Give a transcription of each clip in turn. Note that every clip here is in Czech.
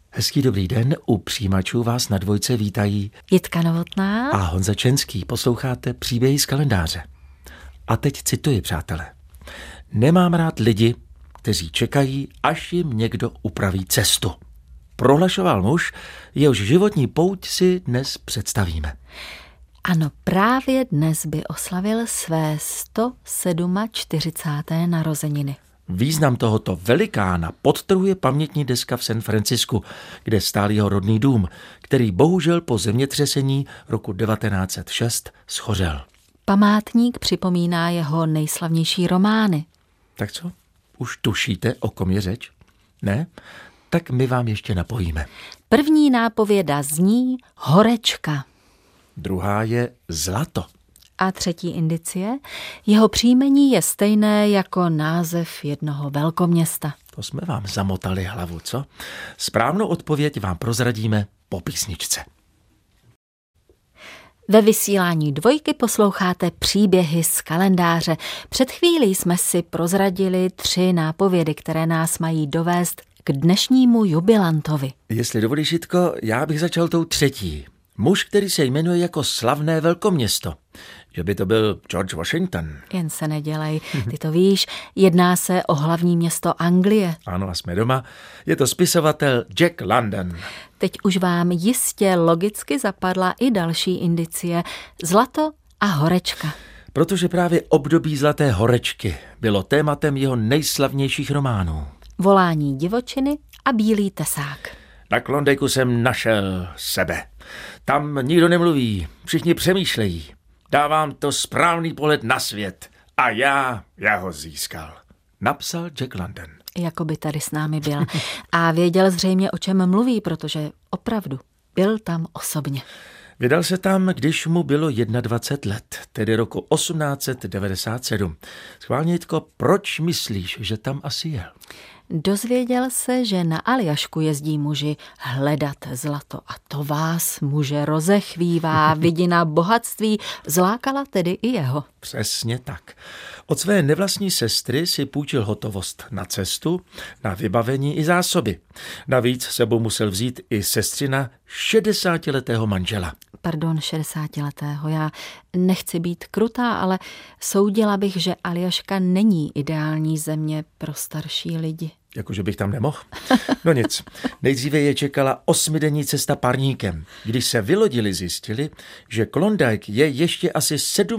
Hezký dobrý den, u přijímačů vás na Dvojce vítají Jitka Novotná a Honza Čenský. Posloucháte Příběhy z kalendáře. A teď cituji, přátelé. Nemám rád lidi, kteří čekají, až jim někdo upraví cestu. Prohlašoval muž, jehož životní pouť si dnes představíme. Ano, právě dnes by oslavil své 147. narozeniny. Význam tohoto velikána podtrhuje pamětní deska v San Francisku, kde stál jeho rodný dům, který bohužel po zemětřesení roku 1906 shořel. Památník připomíná jeho nejslavnější romány. Tak co? Už tušíte, o kom je řeč? Ne? Tak my vám ještě napojíme. První nápověda zní Horečka. Druhá je Zlato. A třetí indicie, jeho příjmení je stejné jako název jednoho velkoměsta. To jsme vám zamotali hlavu, co? Správnou odpověď vám prozradíme po písničce. Ve vysílání Dvojky posloucháte Příběhy z kalendáře. Před chvílí jsme si prozradili 3 nápovědy, které nás mají dovést k dnešnímu jubilantovi. Jestli dovolíš, Jitko, já bych začal tou třetí. Muž, který se jmenuje jako slavné velkoměsto. Že by to byl George Washington. Jen se nedělej, ty to víš, jedná se o hlavní město Anglie. Ano, a jsme doma. Je to spisovatel Jack London. Teď už vám jistě logicky zapadla i další indicie. Zlato a horečka. Protože právě období Zlaté horečky bylo tématem jeho nejslavnějších románů. Volání divočiny a bílý tesák. Na Klondajku jsem našel sebe. Tam nikdo nemluví, všichni přemýšlejí. Dávám to správný pohled na svět a já ho získal. Napsal Jack London. Jako by tady s námi byl. A věděl zřejmě, o čem mluví, protože opravdu byl tam osobně. Vydal se tam, když mu bylo 21 let, tedy roku 1897. Schválně, Jitko, proč myslíš, že tam asi jel? Dozvěděl se, že na Aljašku jezdí muži hledat zlato a to vás, muže, rozechvívá. Vidina bohatství zlákala tedy i jeho. Přesně tak. Od své nevlastní sestry si půjčil hotovost na cestu, na vybavení i zásoby. Navíc sebou musel vzít i sestřina 60letého manžela. Pardon, 60letého. Já nechci být krutá, ale soudila bych, že Aljaška není ideální země pro starší lidi. Jakože bych tam nemohl? No nic. Nejdříve je čekala 8denní cesta parníkem. Když se vylodili, zjistili, že Klondike je ještě asi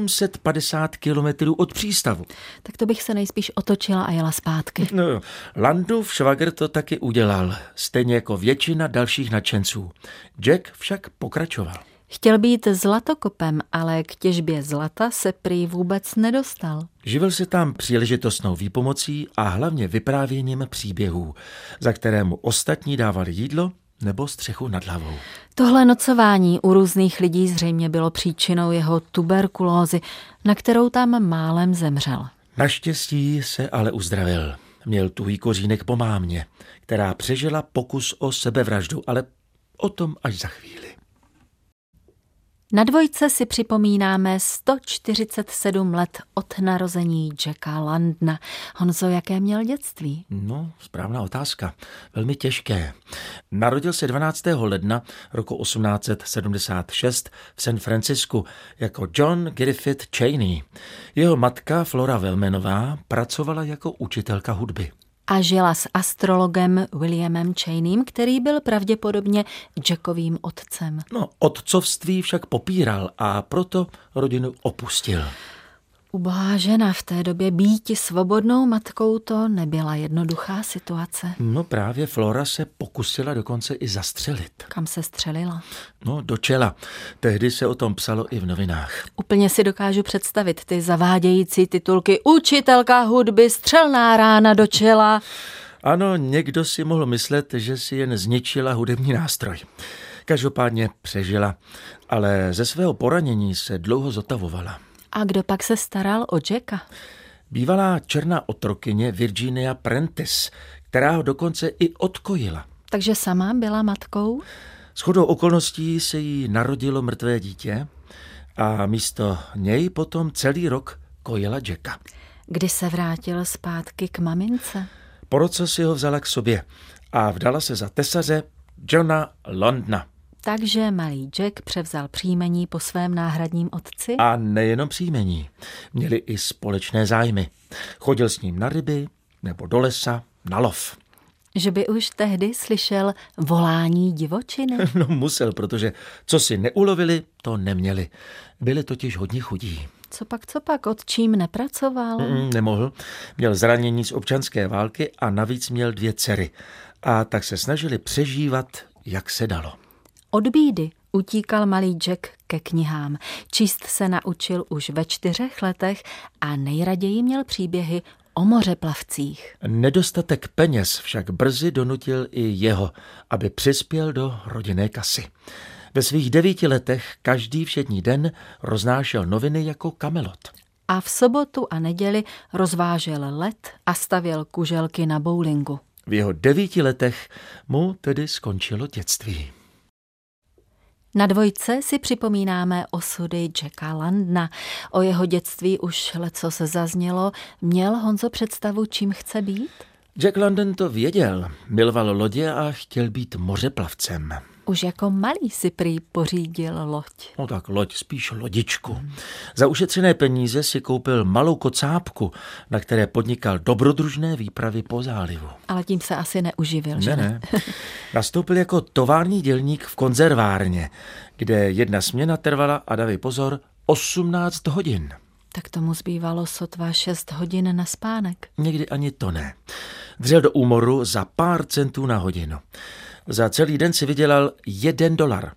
750 kilometrů od přístavu. Tak to bych se nejspíš otočila a jela zpátky. No jo, Landův švagr to taky udělal, stejně jako většina dalších nadšenců. Jack však pokračoval. Chtěl být zlatokopem, ale k těžbě zlata se prý vůbec nedostal. Živil se tam příležitostnou výpomocí a hlavně vyprávěním příběhů, za kterému ostatní dávali jídlo nebo střechu nad hlavou. Tohle nocování u různých lidí zřejmě bylo příčinou jeho tuberkulózy, na kterou tam málem zemřel. Naštěstí se ale uzdravil. Měl tuhý kořínek po mámě, která přežila pokus o sebevraždu, ale o tom až za chvíli. Na Dvojce si připomínáme 147 let od narození Jacka Londona. Honzo, jaké měl dětství? No, správná otázka. Velmi těžké. Narodil se 12. ledna roku 1876 v San Francisku jako John Griffith Cheney. Jeho matka Flora Wellmanová pracovala jako učitelka hudby. A žila s astrologem Williamem Cheneym, který byl pravděpodobně Jackovým otcem. No, otcovství však popíral a proto rodinu opustil. Ubohá žena, v té době býti svobodnou matkou, to nebyla jednoduchá situace. No právě Flora se pokusila dokonce i zastřelit. Kam se střelila? No, do čela. Tehdy se o tom psalo i v novinách. Úplně si dokážu představit ty zavádějící titulky Učitelka hudby, střelná rána do čela. Ano, někdo si mohl myslet, že si jen zničila hudební nástroj. Každopádně přežila, ale ze svého poranění se dlouho zotavovala. A kdo pak se staral o Jacka? Bývalá černá otrokyně Virginia Prentice, která ho dokonce i odkojila. Takže sama byla matkou? Shodou okolností se jí narodilo mrtvé dítě a místo něj potom celý rok kojila Jacka. Kdy se vrátil zpátky k mamince? Po roce si ho vzala k sobě a vdala se za tesaře Johna Londona. Takže malý Jack převzal příjmení po svém náhradním otci? A nejenom příjmení. Měli i společné zájmy. Chodil s ním na ryby nebo do lesa na lov. Že by už tehdy slyšel volání divočiny? No musel, protože co si neulovili, to neměli. Byli totiž hodně chudí. Co pak, otčím nepracoval? Nemohl. Měl zranění z občanské války a navíc měl 2 dcery. A tak se snažili přežívat, jak se dalo. Od bídy utíkal malý Jack ke knihám. Číst se naučil už ve 4 letech a nejraději měl příběhy o mořeplavcích. Nedostatek peněz však brzy donutil i jeho, aby přispěl do rodinné kasy. Ve svých 9 letech každý všední den roznášel noviny jako kamelot. A v sobotu a neděli rozvážel led a stavěl kuželky na bowlingu. V jeho 9 letech mu tedy skončilo dětství. Na dvojce si připomínáme osudy Jacka Londona. O jeho dětství už leco se zaznělo. Měl Honzo představu, čím chce být? Jack London to věděl, miloval lodě a chtěl být mořeplavcem. Už jako malý si prý pořídil loď. No tak loď, spíš lodičku. Za ušetřené peníze si koupil malou kocápku, na které podnikal dobrodružné výpravy po zálivu. Ale tím se asi neuživil, že Ne. Nastoupil jako tovární dělník v konzervárně, kde jedna směna trvala, a dávej pozor, 18 hodin. Tak tomu zbývalo sotva 6 hodin na spánek. Někdy ani to ne. Dřel do úmoru za pár centů na hodinu. Za celý den si vydělal $1.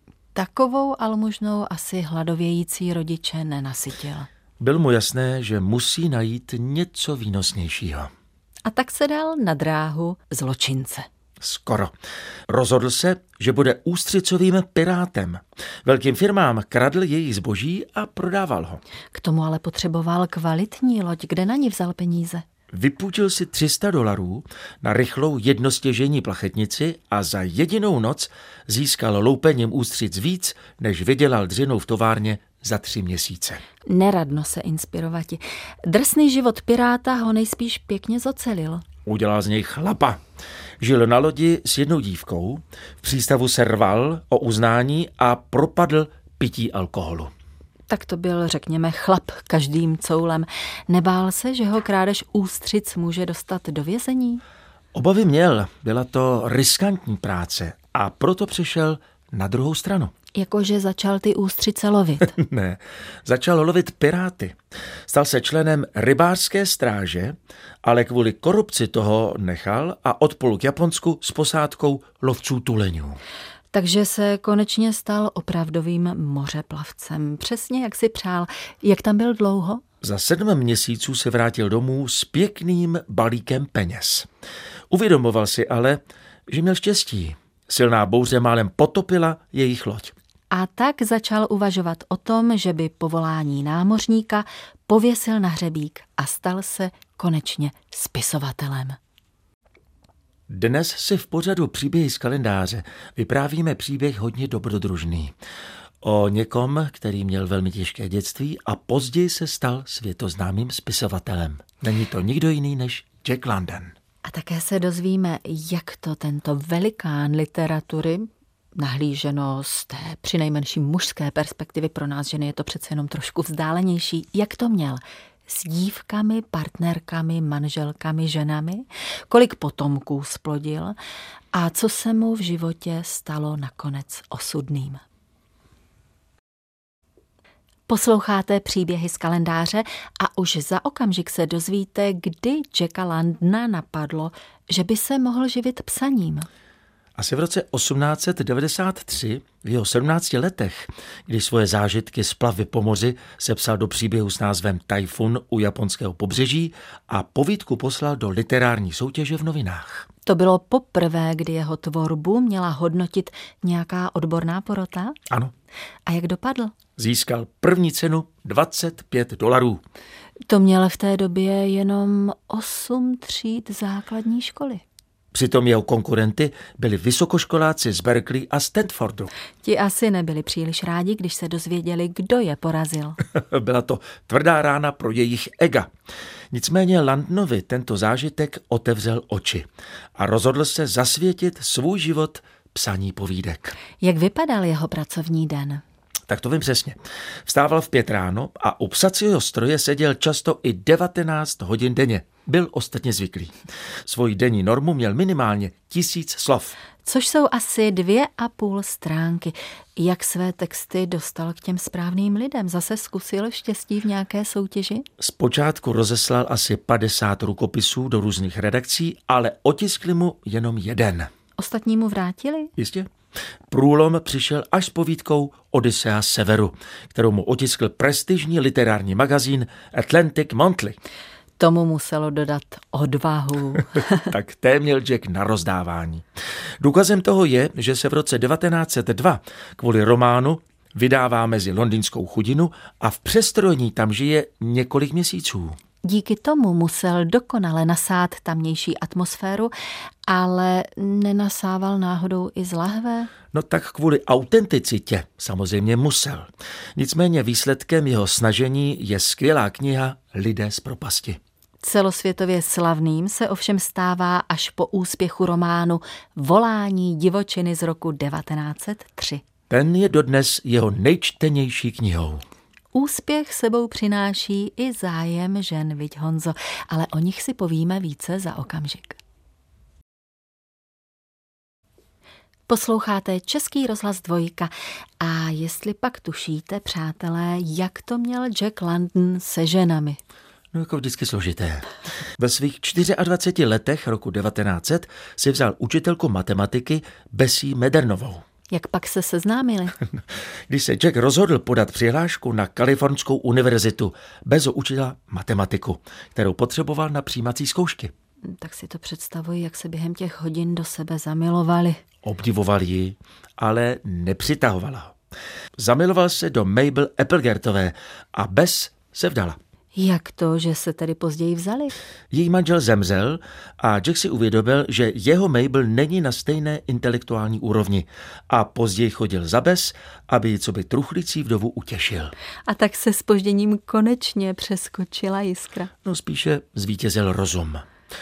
Takovou almužnou asi hladovějící rodiče nenasytil. Bylo mu jasné, že musí najít něco výnosnějšího. A tak se dal na dráhu zločince. Skoro. Rozhodl se, že bude ústřicovým pirátem. Velkým firmám kradl jejich zboží a prodával ho. K tomu ale potřeboval kvalitní loď, kde na ní vzal peníze. Vypůjčil si $300 na rychlou jednostěžejní plachetnici a za jedinou noc získal loupením ústřic víc, než vydělal dřinou v továrně za 3 měsíce. Neradno se inspirovati. Drsný život piráta ho nejspíš pěkně zocelil. Udělal z něj chlapa. Žil na lodi s jednou dívkou, v přístavu se rval o uznání a propadl pití alkoholu. Tak to byl, řekněme, chlap každým coulem. Nebál se, že ho krádež ústřic může dostat do vězení? Obavy měl, byla to riskantní práce a proto přešel na druhou stranu. Jakože začal ty ústřice lovit. Ne, začal lovit piráty. Stal se členem rybářské stráže, ale kvůli korupci toho nechal a odplul k Japonsku s posádkou lovců tuleňů. Takže se konečně stal opravdovým mořeplavcem. Přesně jak si přál. Jak tam byl dlouho? Za 7 měsíců se vrátil domů s pěkným balíkem peněz. Uvědomoval si ale, že měl štěstí. Silná bouře málem potopila jejich loď. A tak začal uvažovat o tom, že by povolání námořníka pověsil na hřebík a stal se konečně spisovatelem. Dnes si v pořadu Příběhy z kalendáře vyprávíme příběh hodně dobrodružný. O někom, který měl velmi těžké dětství a později se stal světoznámým spisovatelem. Není to nikdo jiný než Jack London. A také se dozvíme, jak to tento velikán literatury, nahlíženo z té přinejmenším mužské perspektivy, pro nás ženy je to přece jenom trošku vzdálenější, jak to měl s dívkami, partnerkami, manželkami, ženami, kolik potomků splodil a co se mu v životě stalo nakonec osudným. Posloucháte Příběhy z kalendáře a už za okamžik se dozvíte, kdy Jacka Londona napadlo, že by se mohl živit psaním. Asi v roce 1893, v jeho 17 letech, když svoje zážitky z plavby po moři sepsal do příběhu s názvem Tajfun u japonského pobřeží a povídku poslal do literární soutěže v novinách. To bylo poprvé, kdy jeho tvorbu měla hodnotit nějaká odborná porota? Ano. A jak dopadl? Získal první cenu $25. To měl v té době jenom 8 tříd základní školy. Přitom jeho konkurenty byli vysokoškoláci z Berkeley a Stanfordu. Ti asi nebyli příliš rádi, když se dozvěděli, kdo je porazil. Byla to tvrdá rána pro jejich ega. Nicméně Londonovi tento zážitek otevřel oči a rozhodl se zasvětit svůj život psaní povídek. Jak vypadal jeho pracovní den? Tak to vím přesně. Vstával v 5 ráno a u psacího stroje seděl často i 19 hodin denně. Byl ostatně zvyklý. Svoji denní normu měl minimálně 1000 slov. Což jsou asi 2,5 stránky. Jak své texty dostal k těm správným lidem? Zase zkusil štěstí v nějaké soutěži? Zpočátku rozeslal asi 50 rukopisů do různých redakcí, ale otiskli mu jenom jeden. Ostatní mu vrátili? Jistě. Průlom přišel až s povídkou Odyssea severu, kterou mu otiskl prestižní literární magazín Atlantic Monthly. Tomu muselo dodat odvahu. Tak té měl Jack na rozdávání. Důkazem toho je, že se v roce 1902 kvůli románu vydává mezi londýnskou chudinu a v přestrojení tam žije několik měsíců. Díky tomu musel dokonale nasát tamnější atmosféru, ale nenasával náhodou i z lahve? No tak kvůli autenticitě samozřejmě musel. Nicméně výsledkem jeho snažení je skvělá kniha Lidé z propasti. Celosvětově slavným se ovšem stává až po úspěchu románu Volání divočiny z roku 1903. Ten je dodnes jeho nejčtenější knihou. Úspěch sebou přináší i zájem žen, viď Honzo, ale o nich si povíme více za okamžik. Posloucháte Český rozhlas 2 a jestli pak tušíte, přátelé, jak to měl Jack London se ženami? No jako vždycky složité. Ve svých 24 letech roku 1900 si vzal učitelku matematiky Bessie Madernovou. Jak pak se seznámili? Když se Jack rozhodl podat přihlášku na Kalifornskou univerzitu, Bezo učila matematiku, kterou potřeboval na přijímací zkoušky. Tak si to představuji, jak se během těch hodin do sebe zamilovali. Obdivoval ji, ale nepřitahovala ho. Zamiloval se do Mabel Applegartové a Bess se vdala. Jak to, že se tedy později vzali? Její manžel zemřel a Jack si uvědomil, že jeho Mabel není na stejné intelektuální úrovni a později chodil za Bess, aby ji coby truchlící vdovu utěšil. A tak se zpožděním konečně přeskočila jiskra. No spíše zvítězil rozum.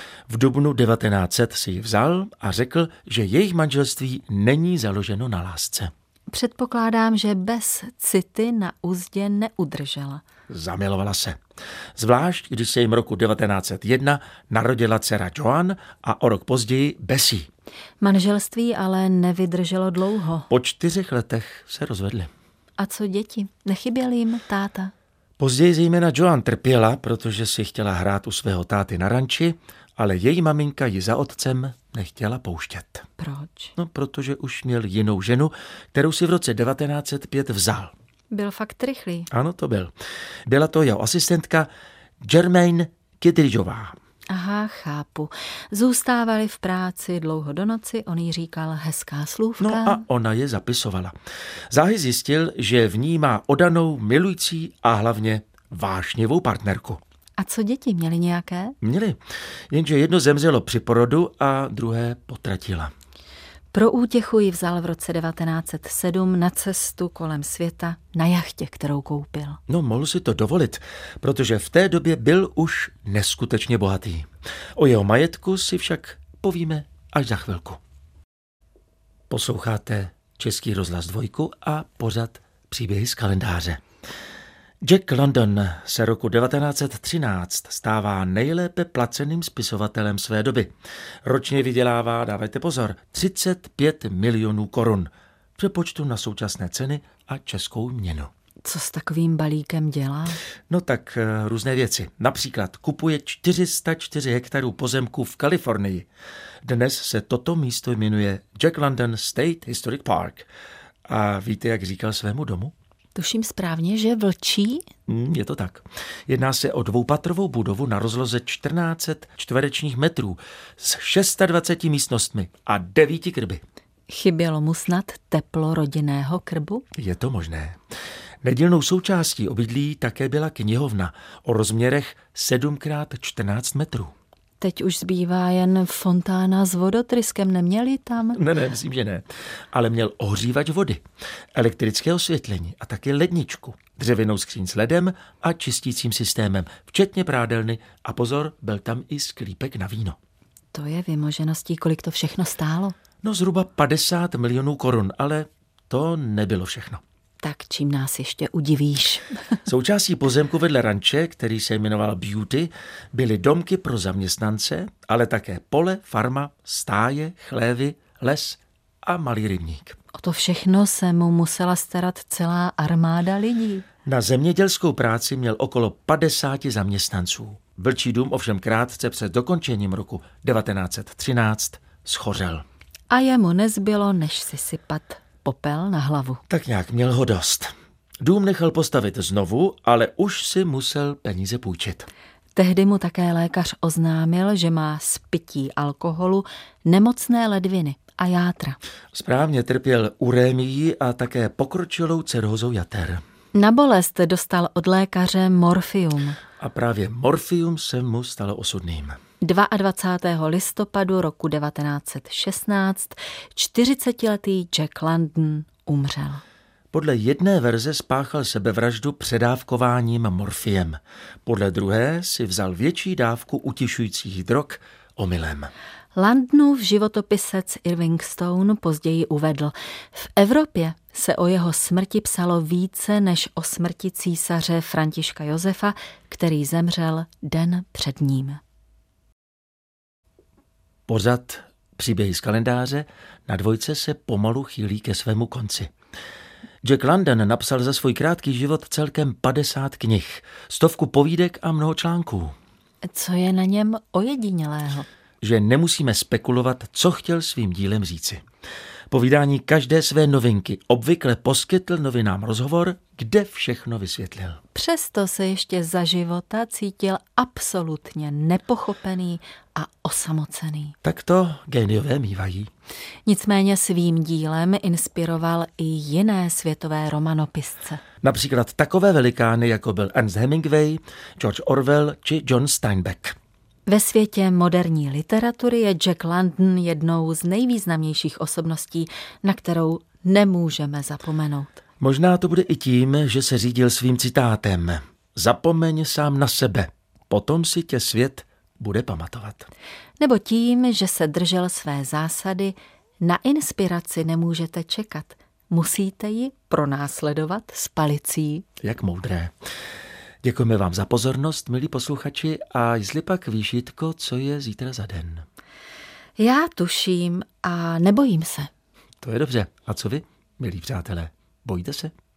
V dubnu 1900 si ji vzal a řekl, že jejich manželství není založeno na lásce. Předpokládám, že bez city na uzdě neudržela. Zamilovala se. Zvlášť, když se jim roku 1901 narodila dcera Joan a o rok později Bessie. Manželství ale nevydrželo dlouho. Po 4 letech se rozvedli. A co děti? Nechyběl jim táta? Později zejména Joan trpěla, protože si chtěla hrát u svého táty na ranči, ale její maminka ji za otcem nechtěla pouštět. Proč? No, protože už měl jinou ženu, kterou si v roce 1905 vzal. Byl fakt rychlý. Ano, to byl. Byla to jeho asistentka Germaine Kittridgeová. Aha, chápu. Zůstávali v práci dlouho do noci, on jí říkal hezká slůvka. No a ona je zapisovala. Záhy zjistil, že v ní má odanou, milující a hlavně vášnivou partnerku. A co děti, měly nějaké? Měli, jenže jedno zemřelo při porodu a druhé potratila. Pro útěchu ji vzal v roce 1907 na cestu kolem světa na jachtě, kterou koupil. No, mohl si to dovolit, protože v té době byl už neskutečně bohatý. O jeho majetku si však povíme až za chvilku. Posloucháte Český rozhlas 2 a pořad Příběhy z kalendáře. Jack London se roku 1913 stává nejlépe placeným spisovatelem své doby. Ročně vydělává, dávajte pozor, 35 milionů korun. V přepočtu na současné ceny a českou měnu. Co s takovým balíkem dělá? No tak různé věci. Například kupuje 404 hektarů pozemků v Kalifornii. Dnes se toto místo jmenuje Jack London State Historic Park. A víte, jak říkal svému domu? Tuším správně, že vlčí? Je to tak. Jedná se o dvoupatrovou budovu na rozloze 1400 čtverečních metrů s 26 místnostmi a 9 krby. Chybělo mu snad teplo rodinného krbu? Je to možné. Nedílnou součástí obydlí také byla knihovna o rozměrech 7x14 metrů. Teď už zbývá jen fontána s vodotryskem, neměli tam? Ne, myslím, že ne. Ale měl ohřívač vody, elektrické osvětlení a taky ledničku, dřevěnou skříň s ledem a čistícím systémem, včetně prádelny a pozor, byl tam i sklípek na víno. To je vymožeností, kolik to všechno stálo. No zhruba 50 milionů korun, ale to nebylo všechno. Tak čím nás ještě udivíš? Součástí pozemku vedle ranče, který se jmenoval Beauty, byly domky pro zaměstnance, ale také pole, farma, stáje, chlévy, les a malý rybník. O to všechno se mu musela starat celá armáda lidí. Na zemědělskou práci měl okolo 50 zaměstnanců. Vlčí dům ovšem krátce před dokončením roku 1913 schořel. A jemu nezbylo, než si sypat popel na hlavu. Tak nějak měl ho dost. Dům nechal postavit znovu, ale už si musel peníze půjčit. Tehdy mu také lékař oznámil, že má z pití alkoholu nemocné ledviny a játra. Správně, trpěl urémií a také pokročilou cirhózou jater. Na bolest dostal od lékaře morfium. A právě morfium se mu stalo osudným. 22. listopadu roku 1916 40letý Jack London umřel. Podle jedné verze spáchal sebevraždu předávkováním morfiem. Podle druhé si vzal větší dávku utišujících drog omylem. Londonův životopisec Irving Stone později uvedl: v Evropě se o jeho smrti psalo více než o smrti císaře Františka Josefa, který zemřel den před ním. Pořad Příběhy z kalendáře na Dvojce se pomalu chýlí ke svému konci. Jack London napsal za svůj krátký život celkem 50 knih, 100 povídek a mnoho článků. Co je na něm ojedinělého? Že nemusíme spekulovat, co chtěl svým dílem říci. Po vydání každé své novinky obvykle poskytl novinám rozhovor, kde všechno vysvětlil. Přesto se ještě za života cítil absolutně nepochopený a osamocený. Tak to géniové mívají. Nicméně svým dílem inspiroval i jiné světové romanopisce. Například takové velikány, jako byl Ernest Hemingway, George Orwell či John Steinbeck. Ve světě moderní literatury je Jack London jednou z nejvýznamnějších osobností, na kterou nemůžeme zapomenout. Možná to bude i tím, že se řídil svým citátem: zapomeň sám na sebe, potom si tě svět bude pamatovat. Nebo tím, že se držel své zásady: na inspiraci nemůžete čekat, musíte ji pronásledovat s palicí. Jak moudré. Děkujeme vám za pozornost, milí posluchači, a jestli pak víš, Jitko, co je zítra za den? Já tuším a nebojím se. To je dobře. A co vy, milí přátelé? Bojíte se?